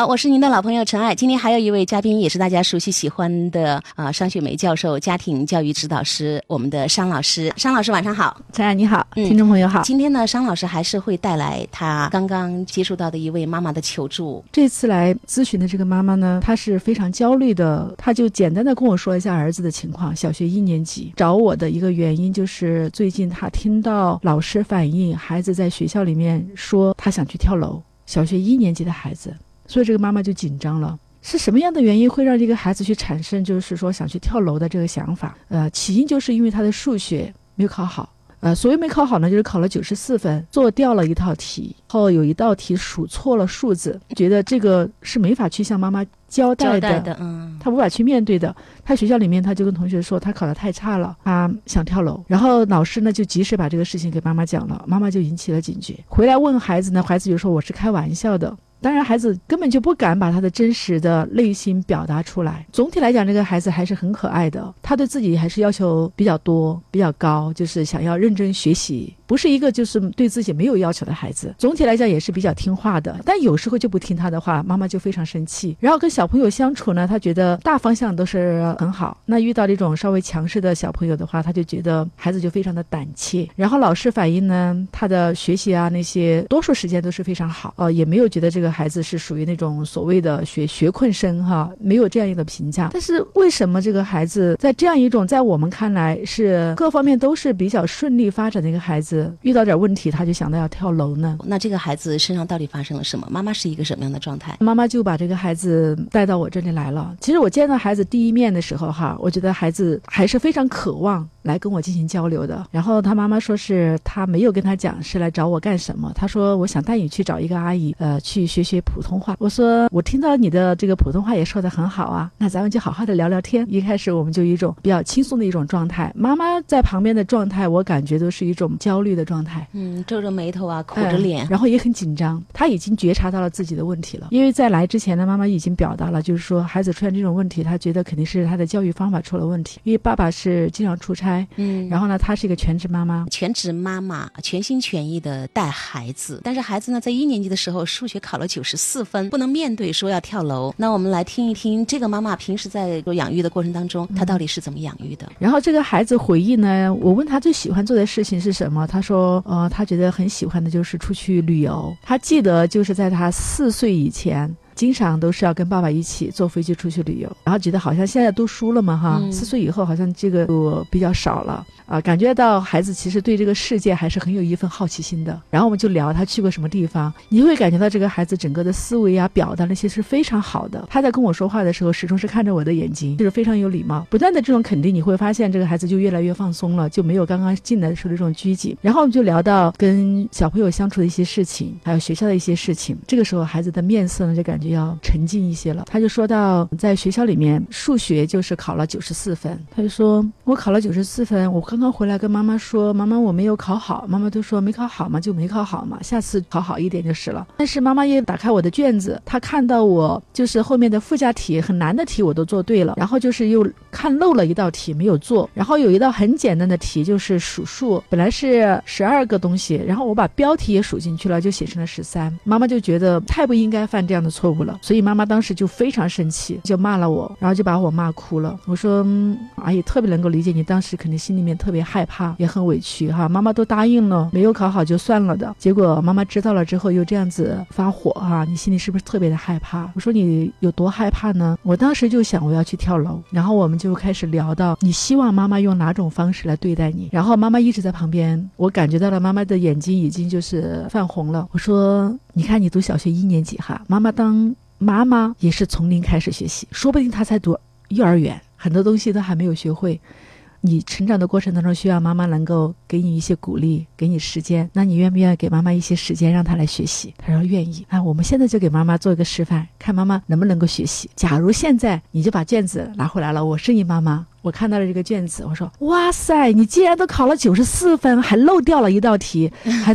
我是您的老朋友陈爱。今天还有一位嘉宾，也是大家熟悉喜欢的商雪梅教授，家庭教育指导师，我们的商老师。商老师晚上好。 陈爱你好，听众朋友好。 今天呢，商老师还是会带来他刚刚接触到的一位妈妈的求助。 这次来咨询的这个妈妈呢，她是非常焦虑的，她就简单的跟我说一下儿子的情况，小学1年级。找我的一个原因就是最近她听到老师反映孩子在学校里面说他想去跳楼，小学1年级的孩子，所以这个妈妈就紧张了。是什么样的原因会让这个孩子去产生就是说想去跳楼的这个想法？起因就是因为他的数学没有考好。所谓没考好呢，就是考了94分，做掉了一道题，后有一道题数错了数字，觉得这个是没法去向妈妈交代的，他无法去面对的。他学校里面他就跟同学说他考得太差了，他想跳楼。然后老师呢就及时把这个事情给妈妈讲了，妈妈就引起了警觉，回来问孩子呢，孩子就说我是开玩笑的。当然孩子根本就不敢把他的真实的内心表达出来。总体来讲，这个孩子还是很可爱的，他对自己还是要求比较多比较高，就是想要认真学习，不是一个就是对自己没有要求的孩子。总体来讲也是比较听话的，但有时候就不听他的话，妈妈就非常生气。然后跟小朋友相处呢，他觉得大方向都是很好，那遇到这种稍微强势的小朋友的话，他就觉得孩子就非常的胆怯。然后老师反映呢，他的学习啊那些多数时间都是非常好，也没有觉得这个孩子是属于那种所谓的学困生哈，没有这样一个评价。但是为什么这个孩子在这样一种在我们看来是各方面都是比较顺利发展的一个孩子，遇到点问题他就想到要跳楼呢？ 那这个孩子身上到底发生了什么？妈妈是一个什么样的状态？ 妈妈就把这个孩子带到我这里来了。其实我见到孩子第一面的时候哈，我觉得孩子还是非常渴望来跟我进行交流的。然后他妈妈说是他没有跟他讲是来找我干什么，他说我想带你去找一个阿姨去学学普通话。我说我听到你的这个普通话也说得很好啊，那咱们就好好的聊聊天。一开始我们就一种比较轻松的一种状态，妈妈在旁边的状态我感觉都是一种焦虑的状态， 皱着眉头啊，苦着脸， 然后也很紧张。他已经觉察到了自己的问题了，因为在来之前呢，妈妈已经表达了，就是说孩子出现这种问题，他觉得肯定是他的教育方法出了问题。因为爸爸是经常出差，然后呢，他是一个全职妈妈，全心全意的带孩子。但是孩子呢，在1年级的时候，数学考了94分，不能面对说要跳楼。那我们来听一听这个妈妈平时在养育的过程当中，她到底是怎么养育的。 然后这个孩子回忆呢，我问他最喜欢做的事情是什么，他说他觉得很喜欢的就是出去旅游。他记得就是在他4岁以前经常都是要跟爸爸一起坐飞机出去旅游，然后觉得好像现在读书了嘛哈，4岁以后好像这个比较少了感觉到孩子其实对这个世界还是很有一份好奇心的。然后我们就聊他去过什么地方，你会感觉到这个孩子整个的思维啊表达那些是非常好的。他在跟我说话的时候始终是看着我的眼睛，就是非常有礼貌，不断的这种肯定，你会发现这个孩子就越来越放松了，就没有刚刚进来的时候的这种拘谨。然后我们就聊到跟小朋友相处的一些事情，还有学校的一些事情。这个时候孩子的面色呢就感觉要沉静一些了。他就说到在学校里面数学就是考了94分，他就说我考了94分，我刚刚回来跟妈妈说，妈妈我没有考好，妈妈都说没考好嘛就没考好嘛，下次考好一点就是了。但是妈妈也打开我的卷子，她看到我就是后面的附加题很难的题我都做对了，然后就是又看漏了一道题没有做，然后有一道很简单的题就是数数，本来是12个东西，然后我把标题也数进去了，就写成了13。妈妈就觉得太不应该犯这样的错误了，所以妈妈当时就非常生气，就骂了我，然后就把我骂哭了。我说阿姨特别能够理解你当时肯定心里面特别害怕也很委屈哈，妈妈都答应了没有考好就算了的，结果妈妈知道了之后又这样子发火哈，你心里是不是特别的害怕？我说你有多害怕呢？我当时就想我要去跳楼。然后我们就开始聊到你希望妈妈用哪种方式来对待你，然后妈妈一直在旁边，我感觉到了妈妈的眼睛已经就是泛红了。我说你看你读小学1年级哈，妈妈当妈妈也是从零开始学习，说不定她才读幼儿园，很多东西都还没有学会，你成长的过程当中需要妈妈能够给你一些鼓励，给你时间，那你愿不愿意给妈妈一些时间让她来学习？她说愿意我们现在就给妈妈做一个示范，看妈妈能不能够学习。假如现在你就把卷子拿回来了，我是你妈妈，我看到了这个卷子，我说哇塞，你既然都考了94分，还漏掉了一道题，还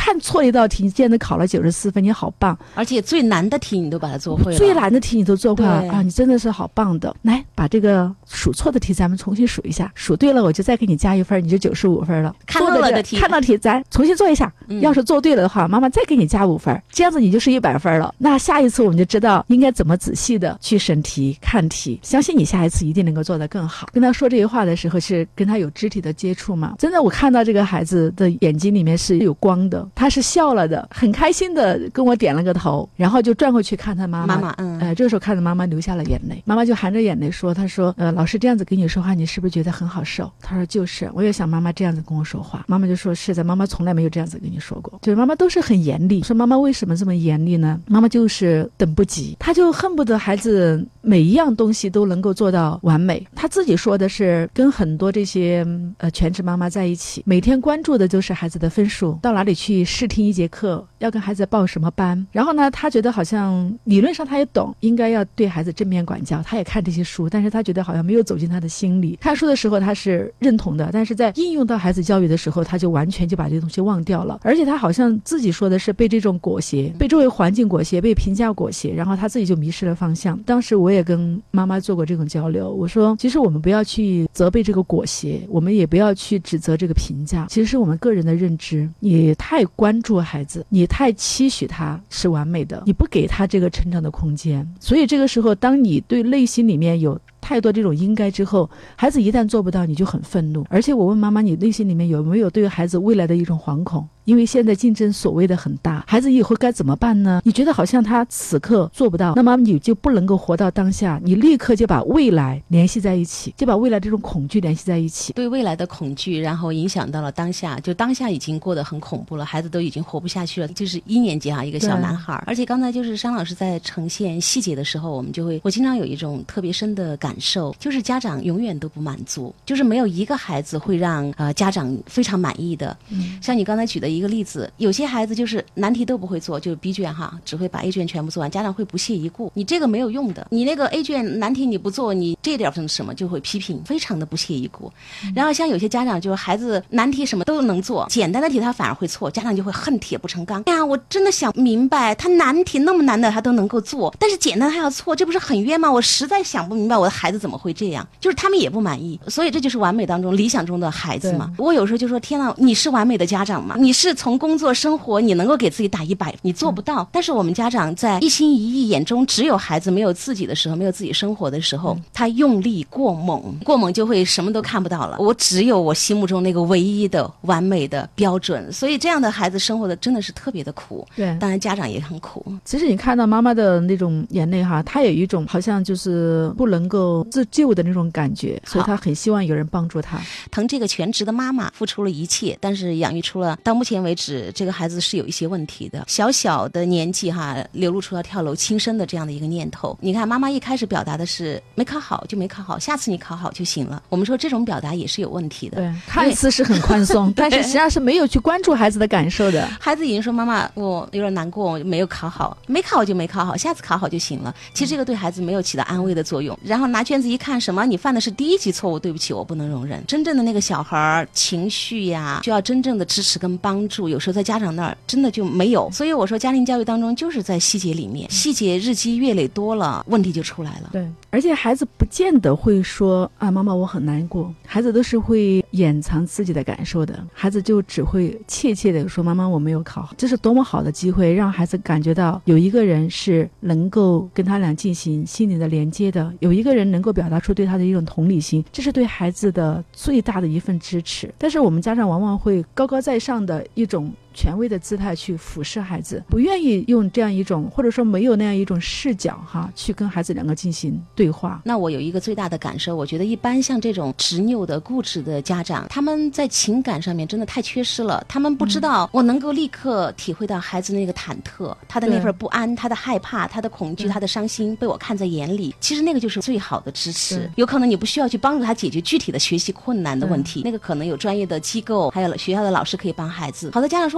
看错了一道题，你竟然能考了94分，你好棒！ 而且最难的题你都把它做会了， 最难的题你都做会了啊！你真的是好棒的。来，把这个数错的题咱们重新数一下，数对了我就再给你加1分，你就95分了。 看到了的题， 看到题咱重新做一下，要是做对了的话，妈妈再给你加5分，这样子你就是100分了。那下一次我们就知道应该怎么仔细的去审题、看题，相信你下一次一定能够做得更好。跟他说这些话的时候，是跟他有肢体的接触嘛？真的，我看到这个孩子的眼睛里面是有光的，他是笑了的，很开心的跟我点了个头，然后就转过去看他妈妈。这个时候看着妈妈流下了眼泪，妈妈就含着眼泪说：“她说，老师这样子跟你说话，你是不是觉得很好受？”他说：“就是，我也想妈妈这样子跟我说话。”妈妈就说：“是的，妈妈从来没有这样子跟你说过。”就是妈妈都是很严厉。说妈妈为什么这么严厉呢？妈妈就是等不及，她就恨不得孩子每一样东西都能够做到完美。她自己说的是，跟很多这些全职妈妈在一起，每天关注的就是孩子的分数，到哪里去试听一节课，要跟孩子报什么班。然后呢，她觉得好像理论上她也懂，应该要对孩子正面管教，她也看这些书，但是她觉得好像没有走进他的心里。看书的时候她是认同的，但是在应用到孩子教育的时候，她就完全就把这个东西忘掉了。而且她好像自己说的是被这种裹挟，被周围环境裹挟，被评价裹挟，然后她自己就迷失了方向。当时我也跟妈妈做过这种交流，我说其实我们不要去责备这个裹挟，我们也不要去指责这个评价，其实是我们个人的认知。你太关注孩子，你太期许他是完美的，你不给他这个成长的空间。所以这个时候，当你对内心里面有太多这种应该之后，孩子一旦做不到，你就很愤怒。而且我问妈妈，你内心里面有没有对孩子未来的一种惶恐？因为现在竞争所谓的很大，孩子以后该怎么办呢？你觉得好像他此刻做不到，那么你就不能够活到当下，你立刻就把未来联系在一起，就把未来这种恐惧联系在一起， 对未来的恐惧，然后影响到了当下，就当下已经过得很恐怖了，孩子都已经活不下去了。就是1年级一个小男孩。而且刚才就是商老师在呈现细节的时候，我经常有一种特别深的感受，就是家长永远都不满足，就是没有一个孩子会让家长非常满意的。像你刚才举的一个例子，有些孩子就是难题都不会做，就是 B 卷只会把 A 卷全部做完，家长会不屑一顾，你这个没有用的，你那个 A 卷难题你不做，你这点什么就会批评，非常的不屑一顾。然后像有些家长就是孩子难题什么都能做，简单的题他反而会错，家长就会恨铁不成钢。哎呀，我真的想明白，他难题那么难的他都能够做，但是简单他要错，这不是很冤吗？我实在想不明白我的孩子怎么会这样，就是他们也不满意。所以这就是完美当中理想中的孩子嘛。我有时候就说，天哪，你是完美的家长吗？你是从工作生活你能够给自己打100，你做不到。但是我们家长在一心一意，眼中只有孩子，没有自己的时候，没有自己生活的时候，他用力过猛就会什么都看不到了。我只有我心目中那个唯一的完美的标准，所以这样的孩子生活的真的是特别的苦。对，当然家长也很苦。 其实你看到妈妈的那种眼泪她有一种好像就是不能够自救的那种感觉，所以她很希望有人帮助她。 疼这个全职的妈妈付出了一切，但是养育出了到目前为止这个孩子是有一些问题的，小的年纪流露出了跳楼轻生的这样的一个念头。你看妈妈一开始表达的是没考好就没考好，下次你考好就行了。我们说这种表达也是有问题的。 对，看似是很宽松但是实际上是没有去关注孩子的感受的。 孩子已经说妈妈我有点难过，我没有考好，没考好就没考好，下次考好就行了。其实这个对孩子没有起到安慰的作用。然后拿卷子一看，什么你犯的是第1级错误，对不起我不能容忍。真正的那个小孩情绪需要真正的支持跟帮助，有时候在家长那儿真的就没有。所以我说家庭教育当中就是在细节里面，细节日积月累多了，问题就出来了。 对，而且孩子不见得会说妈妈我很难过，孩子都是会掩藏自己的感受的。孩子就只会怯怯的说妈妈我没有考好。这是多么好的机会，让孩子感觉到有一个人是能够跟他俩进行心理的连接的，有一个人能够表达出对他的一种同理心，这是对孩子的最大的一份支持。但是我们家长往往会高高在上的一种权威的姿态去俯视孩子，不愿意用这样一种或者说没有那样一种视角去跟孩子两个进行对话。 那我有一个最大的感受，我觉得一般像这种执拗的固执的家长，他们在情感上面真的太缺失了。他们不知道我能够立刻体会到孩子那个忐忑，他的那份不安，他的害怕，他的恐惧，他的伤心被我看在眼里。其实那个就是最好的支持。有可能你不需要去帮助他解决具体的学习困难的问题，那个可能有专业的机构还有学校的老师可以帮孩子。好多家长说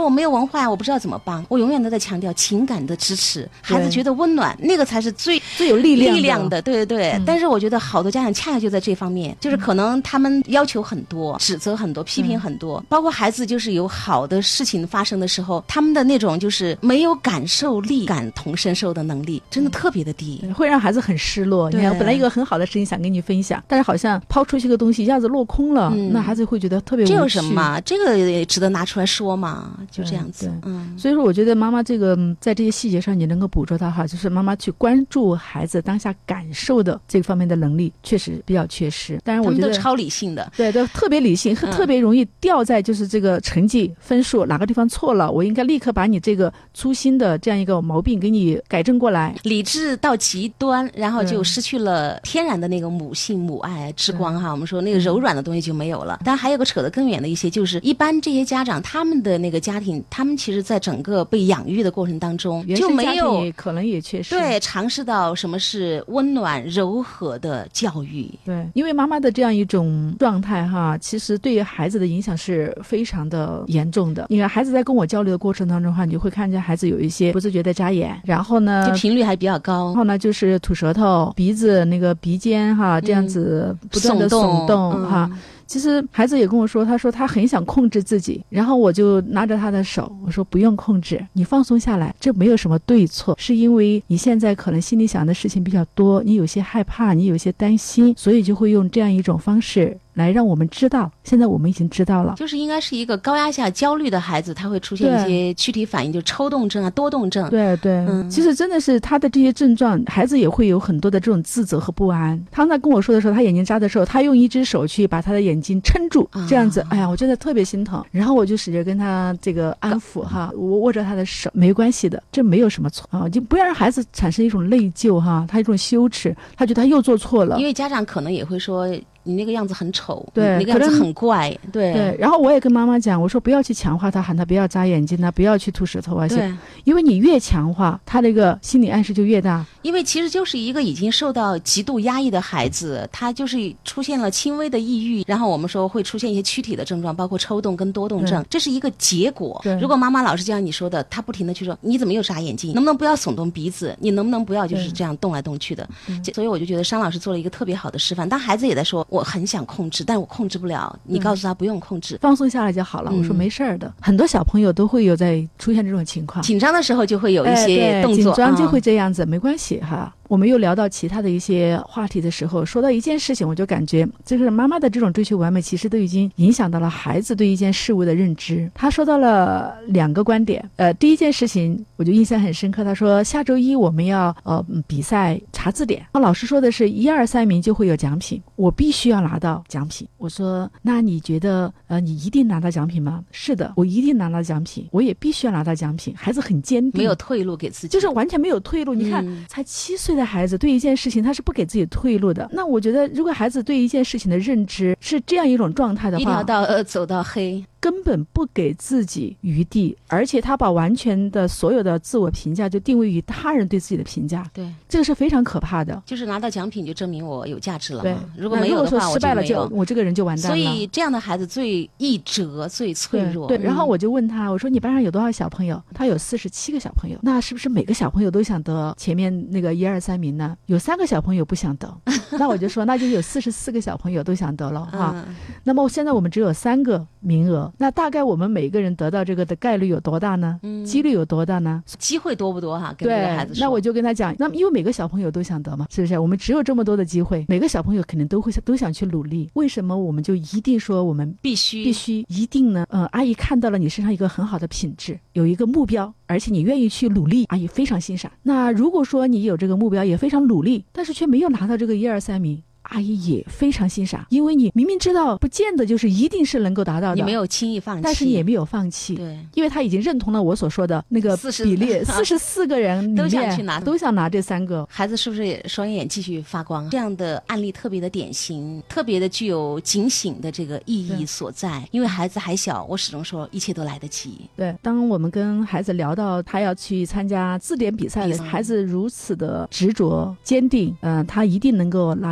我没有文化，我不知道怎么帮。我永远都在强调情感的支持，孩子觉得温暖，那个才是最有力量的。对对对。但是我觉得好多家长恰恰就在这方面，就是可能他们要求很多，指责很多，批评很多，包括孩子就是有好的事情发生的时候，他们的那种就是没有感受力、感同身受的能力，真的特别的低， 会让孩子很失落。你看，本来一个很好的事情想跟你分享，但是好像抛出去个东西一下子落空了，那孩子会觉得特别无趣。 这有什么嘛？这个也值得拿出来说嘛？就这样子。 所以说我觉得妈妈这个在这些细节上你能够捕捉到哈，就是妈妈去关注孩子当下感受的这方面的能力确实比较缺失。当然我觉得他们都超理性的， 对，都特别理性，特别容易掉在就是这个成绩分数哪个地方错了，我应该立刻把你这个粗心的这样一个毛病给你改正过来。 理智到极端，然后就失去了天然的那个母性母爱之光哈。我们说那个柔软的东西就没有了。当然还有个扯得更远的一些，就是一般这些家长他们的那个家庭，他们其实在整个被养育的过程当中就没有可能也确实对尝试到什么是温暖柔和的教育。 对，因为妈妈的这样一种状态哈，其实对于孩子的影响是非常的严重的。你看孩子在跟我交流的过程当中的话，你就会看见孩子有一些不自觉的眨眼，然后呢就频率还比较高， 然后呢就是吐舌头，鼻子那个鼻尖哈这样子不断的耸动哈。其实孩子也跟我说，他说他很想控制自己，然后我就拿着他的手，我说不用控制，你放松下来，这没有什么对错，是因为你现在可能心里想的事情比较多，你有些害怕，你有些担心，所以就会用这样一种方式来让我们知道，现在我们已经知道了。 就是应该是一个高压下焦虑的孩子，他会出现一些躯体反应，就抽动症啊、多动症。 对对，其实真的是他的这些症状，孩子也会有很多的这种自责和不安。他在跟我说的时候，他眼睛眨的时候，他用一只手去把他的眼睛撑住，这样子，哎呀，我觉得特别心疼。然后我就使劲跟他这个安抚哈，我握着他的手，没关系的，这没有什么错啊，就不要让孩子产生一种内疚哈，他一种羞耻，他觉得他又做错了。 因为家长可能也会说，你那个样子很丑， 对， 那个样子很怪， 对。然后我也跟妈妈讲，我说不要去强化他，喊他不要眨眼睛啊，不要去吐舌头啊， 对， 因为你越强化，他那个心理暗示就越大。 因为其实就是一个已经受到极度压抑的孩子，他就是出现了轻微的抑郁，然后我们说会出现一些躯体的症状，包括抽动跟多动症，这是一个结果。如果妈妈老是就像你说的，他不停的去说你怎么又眨眼睛，能不能不要耸动鼻子，你能不能不要就是这样动来动去的。所以我就觉得商老师做了一个特别好的示范。当孩子也在说我很想控制，但我控制不了，你告诉他不用控制， 放松下来就好了。我说没事儿的，很多小朋友都会有在出现这种情况， 紧张的时候就会有一些动作， 紧张就会这样子，没关系哈。我们又聊到其他的一些话题的时候，说到一件事情，我就感觉就是妈妈的这种追求完美，其实都已经影响到了孩子对一件事物的认知。他说到了2个观点，第一件事情我就印象很深刻，他说下周一我们要比赛查字典，老师说的是1、2、3名就会有奖品，我必须要拿到奖品。我说那你觉得你一定拿到奖品吗？是的，我一定拿到奖品，我也必须要拿到奖品。孩子很坚定， 没有退路给自己， 就是完全没有退路。你看才7岁的孩子对一件事情他是不给自己退路的。那我觉得如果孩子对一件事情的认知是这样一种状态的话， 一条道走到黑， 根本不给自己余地，而且他把完全的所有的自我评价就定位于他人对自己的评价。 对， 这个是非常可怕的。 就是拿到奖品就证明我有价值了嘛。 对， 如果没有的话， 失败了就我这个人就完蛋了。 所以这样的孩子最易折，最脆弱。 对，然后我就问他，我说你班上有多少小朋友？他有47个小朋友。那是不是每个小朋友都想得前面那个1、2、3名呢？有3个小朋友不想得。那我就说那就有44个小朋友都想得了哈。那么现在我们只有3个名额，那大概我们每个人得到这个的概率有多大呢？几率有多大呢？ 机会多不多哈？跟这个孩子说。 那我就跟他讲，那因为每个小朋友都想得嘛，是不是？我们只有这么多的机会，每个小朋友肯定都想去努力。为什么我们就一定说我们必须一定呢？阿姨看到了你身上一个很好的品质，有一个目标，而且你愿意去努力，阿姨非常欣赏。那如果说你有这个目标，也非常努力，但是却没有拿到这个1、2、3名，阿姨也非常欣赏，因为你明明知道不见得就是一定是能够达到的， 你没有轻易放弃， 但是你也没有放弃。 对， 因为他已经认同了我所说的那个比例，44个人里面都想拿这3个。 孩子是不是也双眼继续发光？这样的案例特别的典型，特别的具有警醒的这个意义所在。因为孩子还小，我始终说一切都来得及。 对，当我们跟孩子聊到他要去参加字典比赛的孩子如此的执着坚定，他一定能够拿到这个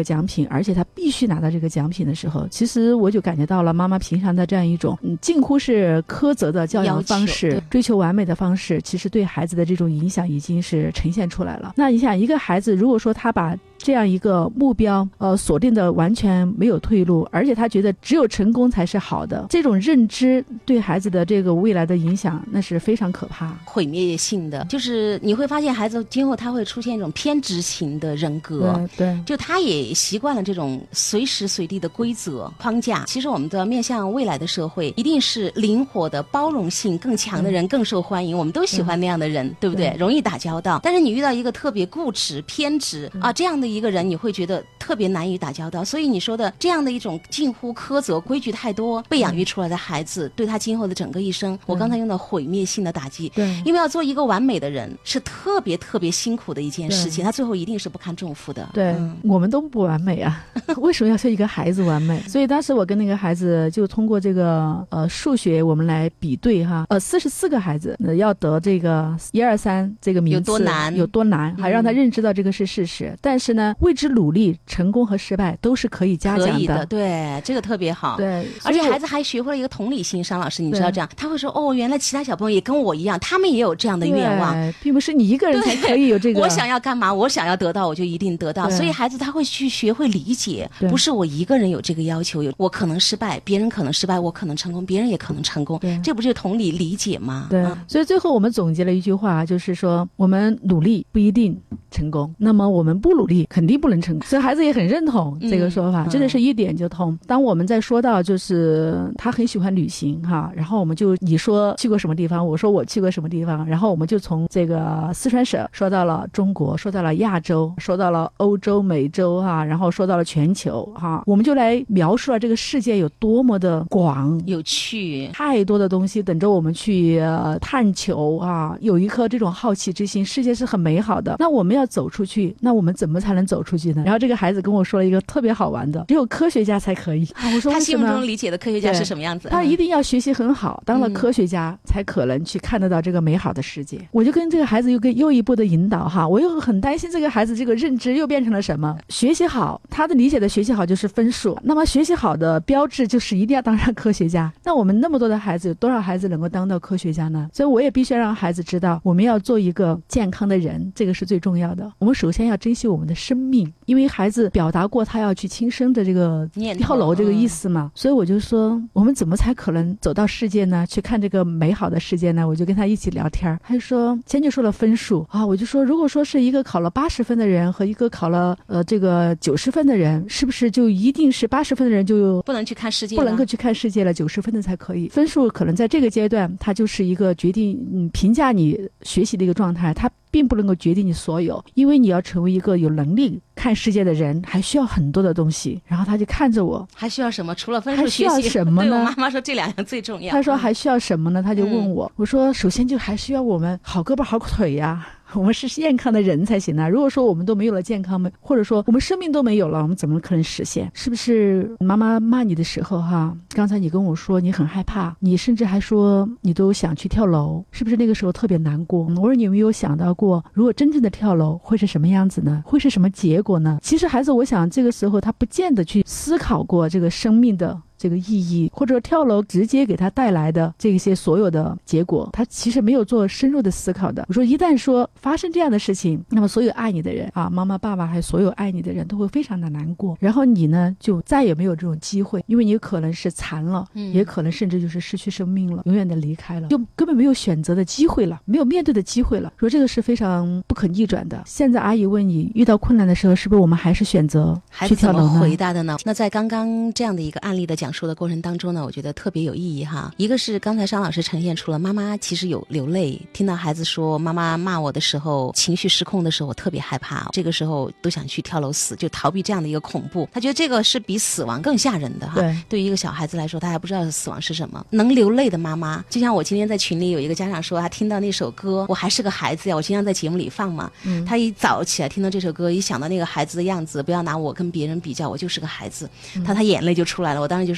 个奖品，而且他必须拿到这个奖品的时候，其实我就感觉到了妈妈平常的这样一种近乎是苛责的教养方式，追求完美的方式，其实对孩子的这种影响已经是呈现出来了。那你想，一个孩子如果说他把这样一个目标锁定的完全没有退路，而且他觉得只有成功才是好的，这种认知对孩子的这个未来的影响那是非常可怕， 毁灭性的。就是你会发现孩子今后他会出现一种偏执型的人格， 对， 就他也习惯了这种随时随地的规则框架。其实我们的面向未来的社会一定是灵活的、包容性更强的人更受欢迎，我们都喜欢那样的人，对不对？容易打交道。但是你遇到一个特别固执、偏执这样的一个人，你会觉得特别难以打交道。所以你说的这样的一种近乎苛责、规矩太多被养育出来的孩子，对他今后的整个一生，我刚才用到毁灭性的打击。 对， 因为要做一个完美的人是特别特别辛苦的一件事情，他最后一定是不堪重负的。 对，我们都不完美啊，为什么要说一个孩子完美？所以当时我跟那个孩子就通过这个数学我们来比对哈，44个孩子要得这个1、2、3这个名次有多难，还让他认知到这个是事实。但是呢，为之努力，成功和失败都是可以嘉奖的。 可以的，对，这个特别好。 对， 而且孩子还学会了一个同理心。商老师，你知道这样，他会说原来其他小朋友也跟我一样，他们也有这样的愿望， 并不是你一个人才可以有这个。 我想要干嘛，我想要得到，我就一定得到。所以孩子他会去学会理解，不是我一个人有这个要求，我可能失败，别人可能失败，我可能成功，别人也可能成功，这不就是同理理解吗？ 对，所以最后我们总结了一句话，就是说我们努力不一定成功，那么我们不努力肯定不能成功。所以孩子也很认同这个说法，真的是一点就通。当我们在说到就是他很喜欢旅行哈，然后我们就你说去过什么地方，我说我去过什么地方，然后我们就从这个四川省说到了中国，说到了亚洲，说到了欧洲、美洲哈，然后说到了全球哈，我们就来描述了这个世界有多么的广有趣， 太多的东西等着我们去探求啊，有一颗这种好奇之心，世界是很美好的。那我们要走出去，那我们怎么才能走出去呢？然后这个孩子跟我说了一个特别好玩的，只有科学家才可以我说他心目中理解的科学家是什么样子？ 他一定要学习很好，当了科学家才可能去看得到这个美好的世界。我就跟这个孩子又一步的引导哈，我又很担心这个孩子这个认知又变成了什么？学习好，他的理解的学习好就是分数，那么学习好的标志就是一定要当上科学家。那我们那么多的孩子，有多少孩子能够当到科学家呢？所以我也必须要让孩子知道，我们要做一个健康的人，这个是最重要的。我们首先要珍惜我们的生命，因为孩子表达过他要去轻生的这个跳楼这个意思嘛，所以我就说我们怎么才可能走到世界呢？去看这个美好的世界呢？我就跟他一起聊天，他就说先就说了分数啊，我就说如果说是一个考了80分的人和一个考了这个90分的人，是不是就一定是80分的人就不能去看世界， 不能够去看世界了，90分的才可以？分数可能在这个阶段它就是一个决定评价你学习的一个状态，它并不能够决定你所有，因为你要成为一个有能力看世界的人，还需要很多的东西。然后他就看着我， 还需要什么？除了分数学习， 还需要什么呢？ 对，我妈妈说这2样最重要。 他说还需要什么呢？他就问我，我说首先就还需要我们好胳膊好腿呀。我们是健康的人才行啊！如果说我们都没有了健康，或者说我们生命都没有了，我们怎么可能实现？是不是妈妈骂你的时候哈，刚才你跟我说你很害怕，你甚至还说你都想去跳楼，是不是那个时候特别难过？我说你有没有想到过，如果真正的跳楼会是什么样子呢？会是什么结果呢？其实孩子，我想这个时候他不见得去思考过这个生命的这个意义，或者跳楼直接给他带来的这些所有的结果，他其实没有做深入的思考的。我说一旦说发生这样的事情，那么所有爱你的人啊，妈妈爸爸还有所有爱你的人都会非常的难过，然后你呢就再也没有这种机会，因为你可能是残了，也可能甚至就是失去生命了，永远的离开了，就根本没有选择的机会了，没有面对的机会了。说这个是非常不可逆转的。现在阿姨问你，遇到困难的时候，是不是我们还是选择去跳楼呢？ 孩子怎么回答的呢？那在刚刚这样的一个案例的讲述的过程当中呢，我觉得特别有意义哈。一个是刚才商老师呈现出了妈妈其实有流泪，听到孩子说妈妈骂我的时候，情绪失控的时候，我特别害怕，这个时候都想去跳楼死，就逃避这样的一个恐怖。他觉得这个是比死亡更吓人的哈。对于一个小孩子来说，他还不知道死亡是什么。能流泪的妈妈，就像我今天在群里有一个家长说，他听到那首歌我还是个孩子呀，我经常在节目里放嘛，他一早起来听到这首歌，一想到那个孩子的样子，不要拿我跟别人比较，我就是个孩子，他眼泪就出来了。我当时就说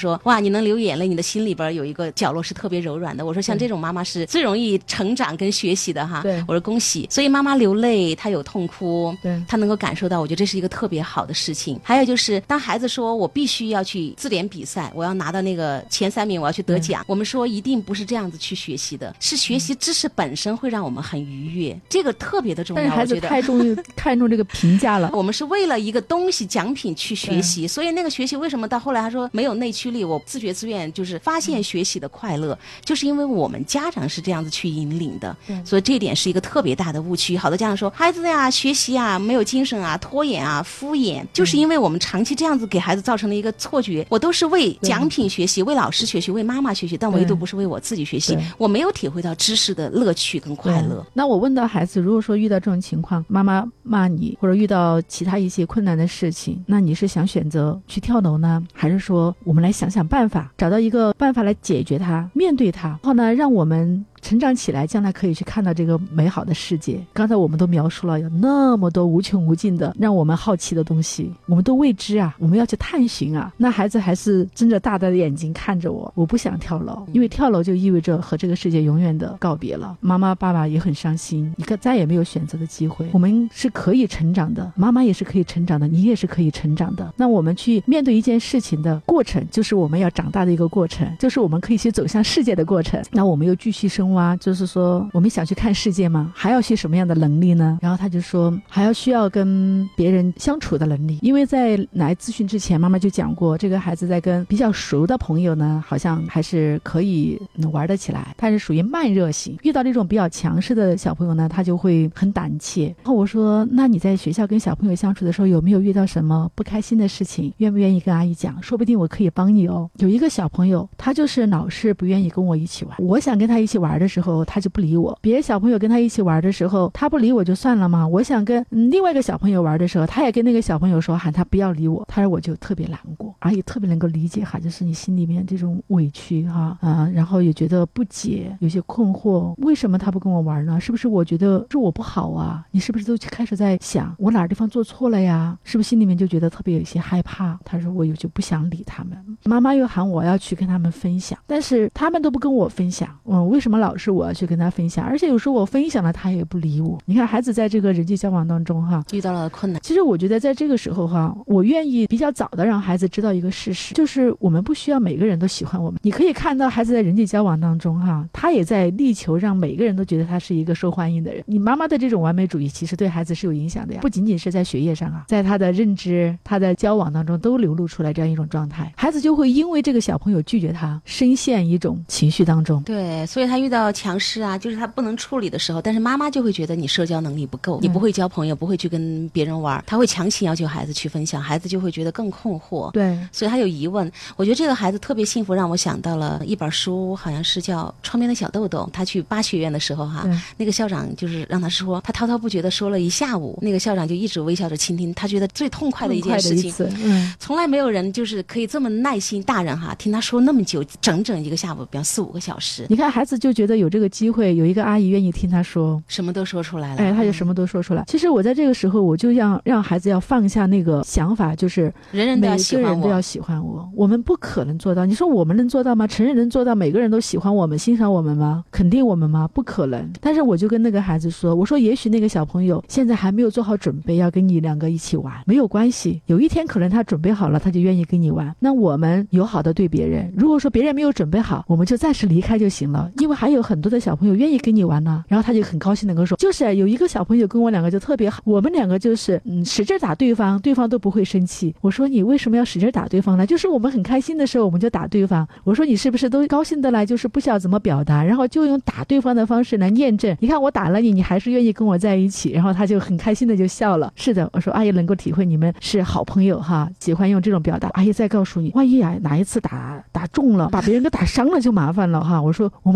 说哇你能流眼泪，你的心里边有一个角落是特别柔软的。我说像这种妈妈是最容易成长跟学习的哈。 对， 我说恭喜。所以妈妈流泪她有痛哭， 对， 她能够感受到，我觉得这是一个特别好的事情。还有就是当孩子说我必须要去字典比赛，我要拿到那个前3名，我要去得奖，我们说一定不是这样子去学习的，是学习知识本身会让我们很愉悦，这个特别的重要。 但是孩子太看重这个评价了。 我们是为了一个东西奖品去学习，所以那个学习为什么到后来他说没有内驱力，我自觉自愿就是发现学习的快乐，就是因为我们家长是这样子去引领的，所以这一点是一个特别大的误区。好多家长说孩子呀学习啊没有精神啊拖延啊敷衍，就是因为我们长期这样子给孩子造成了一个错觉，我都是为奖品学习，为老师学习，为妈妈学习，但唯独不是为我自己学习，我没有体会到知识的乐趣跟快乐。 那我问到孩子，如果说遇到这种情况，妈妈骂你或者遇到其他一些困难的事情，那你是想选择去跳楼呢，还是说我们来想想办法，找到一个办法来解决它，面对它，然后呢让我们成长起来，将来可以去看到这个美好的世界。刚才我们都描述了有那么多无穷无尽的让我们好奇的东西，我们都未知啊，我们要去探寻啊。那孩子还是睁着大大的眼睛看着我不想跳楼，因为跳楼就意味着和这个世界永远的告别了。妈妈爸爸也很伤心，一个再也没有选择的机会。我们是可以成长的，妈妈也是可以成长的，你也是可以成长的。那我们去面对一件事情的过程，就是我们要长大的一个过程，就是我们可以去走向世界的过程。那我们又继续深挖，就是说我们想去看世界吗？还要去什么样的能力呢？然后他就说还要需要跟别人相处的能力。因为在来咨询之前，妈妈就讲过，这个孩子在跟比较熟的朋友呢，好像还是可以玩得起来，他是属于慢热型，遇到这种比较强势的小朋友呢，他就会很胆怯。然后我说那你在学校跟小朋友相处的时候，有没有遇到什么不开心的事情？愿不愿意跟阿姨讲？说不定我可以帮你哦。有一个小朋友，他就是老是不愿意跟我一起玩，我想跟他一起玩的时候他就不理我，别的小朋友跟他一起玩的时候他不理我就算了吗？我想跟另外一个小朋友玩的时候，他也跟那个小朋友说喊他不要理我，他说我就特别难过。阿姨特别能够理解哈，就是你心里面这种委屈哈然后也觉得不解，有些困惑，为什么他不跟我玩呢？是不是我觉得是我不好啊？你是不是都开始在想我哪地方做错了呀？是不是心里面就觉得特别有一些害怕？他说我就不想理他们，妈妈又喊我要去跟他们分享，但是他们都不跟我分享，为什么老是我要去跟他分享？而且有时候我分享了他也不理我。你看孩子在这个人际交往当中哈， 遇到了困难。 其实我觉得在这个时候哈，我愿意比较早的让孩子知道一个事实，就是我们不需要每个人都喜欢我们。你可以看到孩子在人际交往当中哈，他也在力求让每个人都觉得他是一个受欢迎的人。你妈妈的这种完美主义其实对孩子是有影响的呀，不仅仅是在学业上啊，在他的认知他的交往当中都流露出来这样一种状态，孩子就会因为这个小朋友拒绝他深陷一种情绪当中。 对，所以他遇到强势啊，就是他不能处理的时候，但是妈妈就会觉得你社交能力不够，你不会交朋友，不会去跟别人玩，他会强行要求孩子去分享，孩子就会觉得更困惑。 对， 所以他有疑问。我觉得这个孩子特别幸福，让我想到了一本书，好像是叫《窗边的小豆豆》。他去8学院的时候哈，那个校长就是让他说，他滔滔不绝的说了一下午，那个校长就一直微笑着倾听，他觉得最痛快的一件事情，从来没有人就是可以这么耐心，大人哈听他说那么久，整整一个下午，比方4-5个小时。 你看孩子就觉得有这个机会，有一个阿姨愿意听他说， 什么都说出来了， 他就什么都说出来。其实我在这个时候，我就让孩子要放下那个想法，就是人人都要喜欢我，每个人都要喜欢我。我们不可能做到，你说我们能做到吗？成人能做到每个人都喜欢我们、欣赏我们吗？肯定我们吗？不可能。但是我就跟那个孩子说，我说也许那个小朋友现在还没有做好准备要跟你2个一起玩，没有关系，有一天可能他准备好了，他就愿意跟你玩。那我们友好的对别人，如果说别人没有准备好，我们就暂时离开就行了，因为还有很多的小朋友愿意跟你玩呢。然后他就很高兴的跟我说，就是有一个小朋友跟我2个就特别好，我们2个就是使劲打对方，对方都不会生气。我说你为什么要使劲打对方呢？就是我们很开心的时候我们就打对方。我说你是不是都高兴的来，就是不晓得怎么表达，然后就用打对方的方式来验证，你看我打了你，你还是愿意跟我在一起。然后他就很开心的就笑了。是的，我说阿姨能够体会你们是好朋友哈，喜欢用这种表达。阿姨再告诉你，万一哪一次打中了，把别人都打伤了就麻烦了哈。我说我们还可以用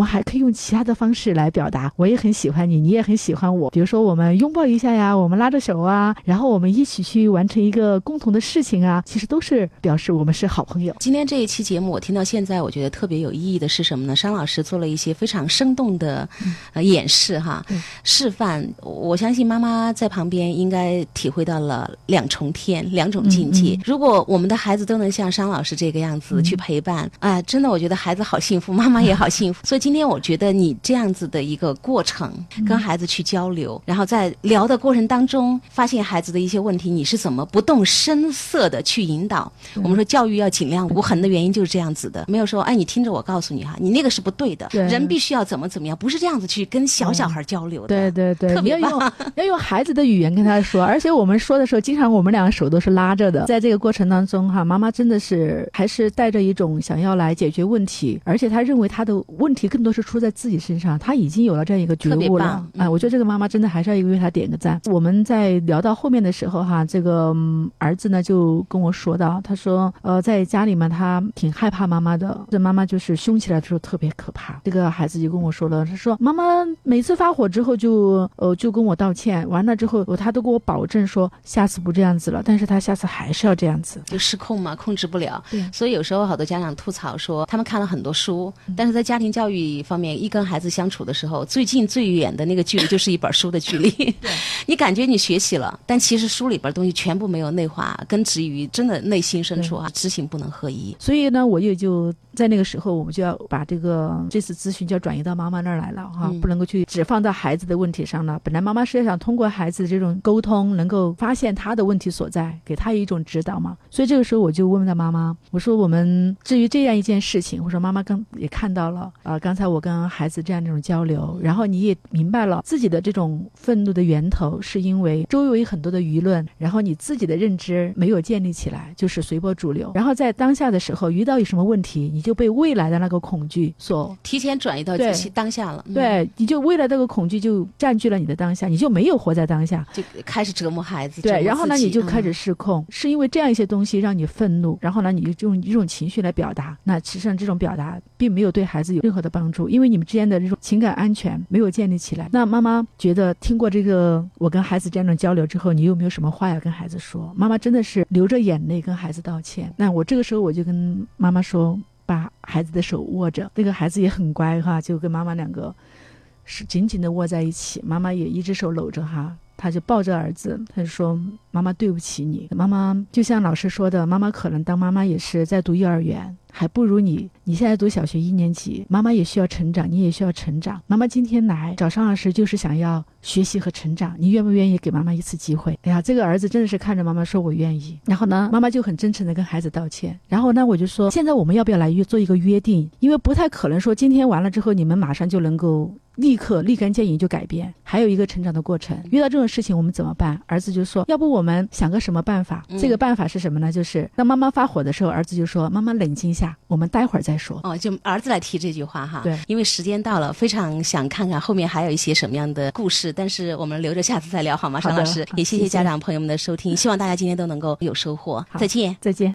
用其他的方式来表达，我也很喜欢你，你也很喜欢我。比如说我们拥抱一下呀，我们拉着手啊，然后我们一起去完成一个共同的事情啊，其实都是表示我们是好朋友。 今天这一期节目我听到现在，我觉得特别有意义的是什么呢？商老师做了一些非常生动的演示哈，示范。我相信妈妈在旁边应该体会到了两重天，两种境界。如果我们的孩子都能像商老师这个样子去陪伴，真的我觉得孩子好幸福，妈妈也好幸福。所以今天我觉得你这样子的一个过程，跟孩子去交流，然后在聊的过程当中发现孩子的一些问题，你是怎么不动声色的去引导。我们说教育要尽量无痕的原因就是这样子的，没有说你听着我告诉你哈，你那个是不对的，人必须要怎么样，不是这样子去跟小孩交流的。 对对对， 特别棒， 要用孩子的语言跟他说。而且我们说的时候，经常我们两个手都是拉着的。在这个过程当中哈，妈妈真的是还是带着一种想要来解决问题，而且她认为她的问题更多是出在自己身上，她已经有了这样一个觉悟了。我觉得这个妈妈真的还是要为她点个赞。我们在聊到后面的时候哈，这个儿子呢就跟我说到，他说在家里面他挺害怕妈妈的，这妈妈就是凶起来的时候特别可怕。这个孩子就跟我说了，他说妈妈每次发火之后就跟我道歉，完了之后他都跟我保证说下次不这样子了，但是他下次还是要这样子， 就失控嘛，控制不了。所以有时候好多家长吐槽说他们看了很多书，但是在家庭教育方面一跟孩子相处的时候，最近最远的那个距离就是一本书的距离你感觉你学习了，但其实书里边东西全部没有内化根植于真的内心深处啊，知行不能合一。 所以呢我也就在那个时候，我们就要把这次咨询就要转移到妈妈那儿来了哈，不能够去只放到孩子的问题上了。本来妈妈是要想通过孩子这种沟通，能够发现他的问题所在，给他一种指导嘛。所以这个时候我就问到妈妈，我说我们至于这样一件事情，我说妈妈刚也看到了刚才我跟孩子这样一种交流，然后你也明白了自己的这种愤怒的源头是因为周围很多的舆论，然后你自己的认知没有建立起来，就是随波逐流，然后在当下的时候遇到有什么问题，你就被未来的那个恐惧所提前转移到当下了。 对，你就未来这个恐惧就占据了你的当下，你就没有活在当下， 就开始折磨孩子。 对，然后呢你就开始失控，是因为这样一些东西让你愤怒，然后呢你就用一种情绪来表达，那实际上这种表达并没有对孩子有任何的帮助，因为你们之间的这种情感安全没有建立起来。那妈妈觉得听过这个我跟孩子这样的交流之后，你有没有什么话要跟孩子说？妈妈真的是流着眼泪跟孩子道歉。那我这个时候我就跟妈妈说，把孩子的手握着，那个孩子也很乖哈，就跟妈妈两个是紧紧的握在一起，妈妈也一只手搂着哈，他就抱着儿子，他就说妈妈对不起你。妈妈就像老师说的，妈妈可能当妈妈也是在读幼儿园，还不如你现在读小学1年级，妈妈也需要成长，你也需要成长。妈妈今天来找商老师就是想要学习和成长，你愿不愿意给妈妈一次机会？哎呀，这个儿子真的是看着妈妈说我愿意。然后呢妈妈就很真诚的跟孩子道歉，然后呢我就说现在我们要不要来做一个约定，因为不太可能说今天完了之后你们马上就能够立刻立竿见影就改变，还有一个成长的过程，遇到这种事情我们怎么办？儿子就说要不我们想个什么办法。这个办法是什么呢？就是当妈妈发火的时候，儿子就说妈妈冷静下，我们待会儿再说。 就儿子来提这句话哈。 对， 因为时间到了，非常想看看后面还有一些什么样的故事，但是我们留着下次再聊好吗？商老师，也谢谢家长朋友们的收听，希望大家今天都能够有收获。再见。 再见。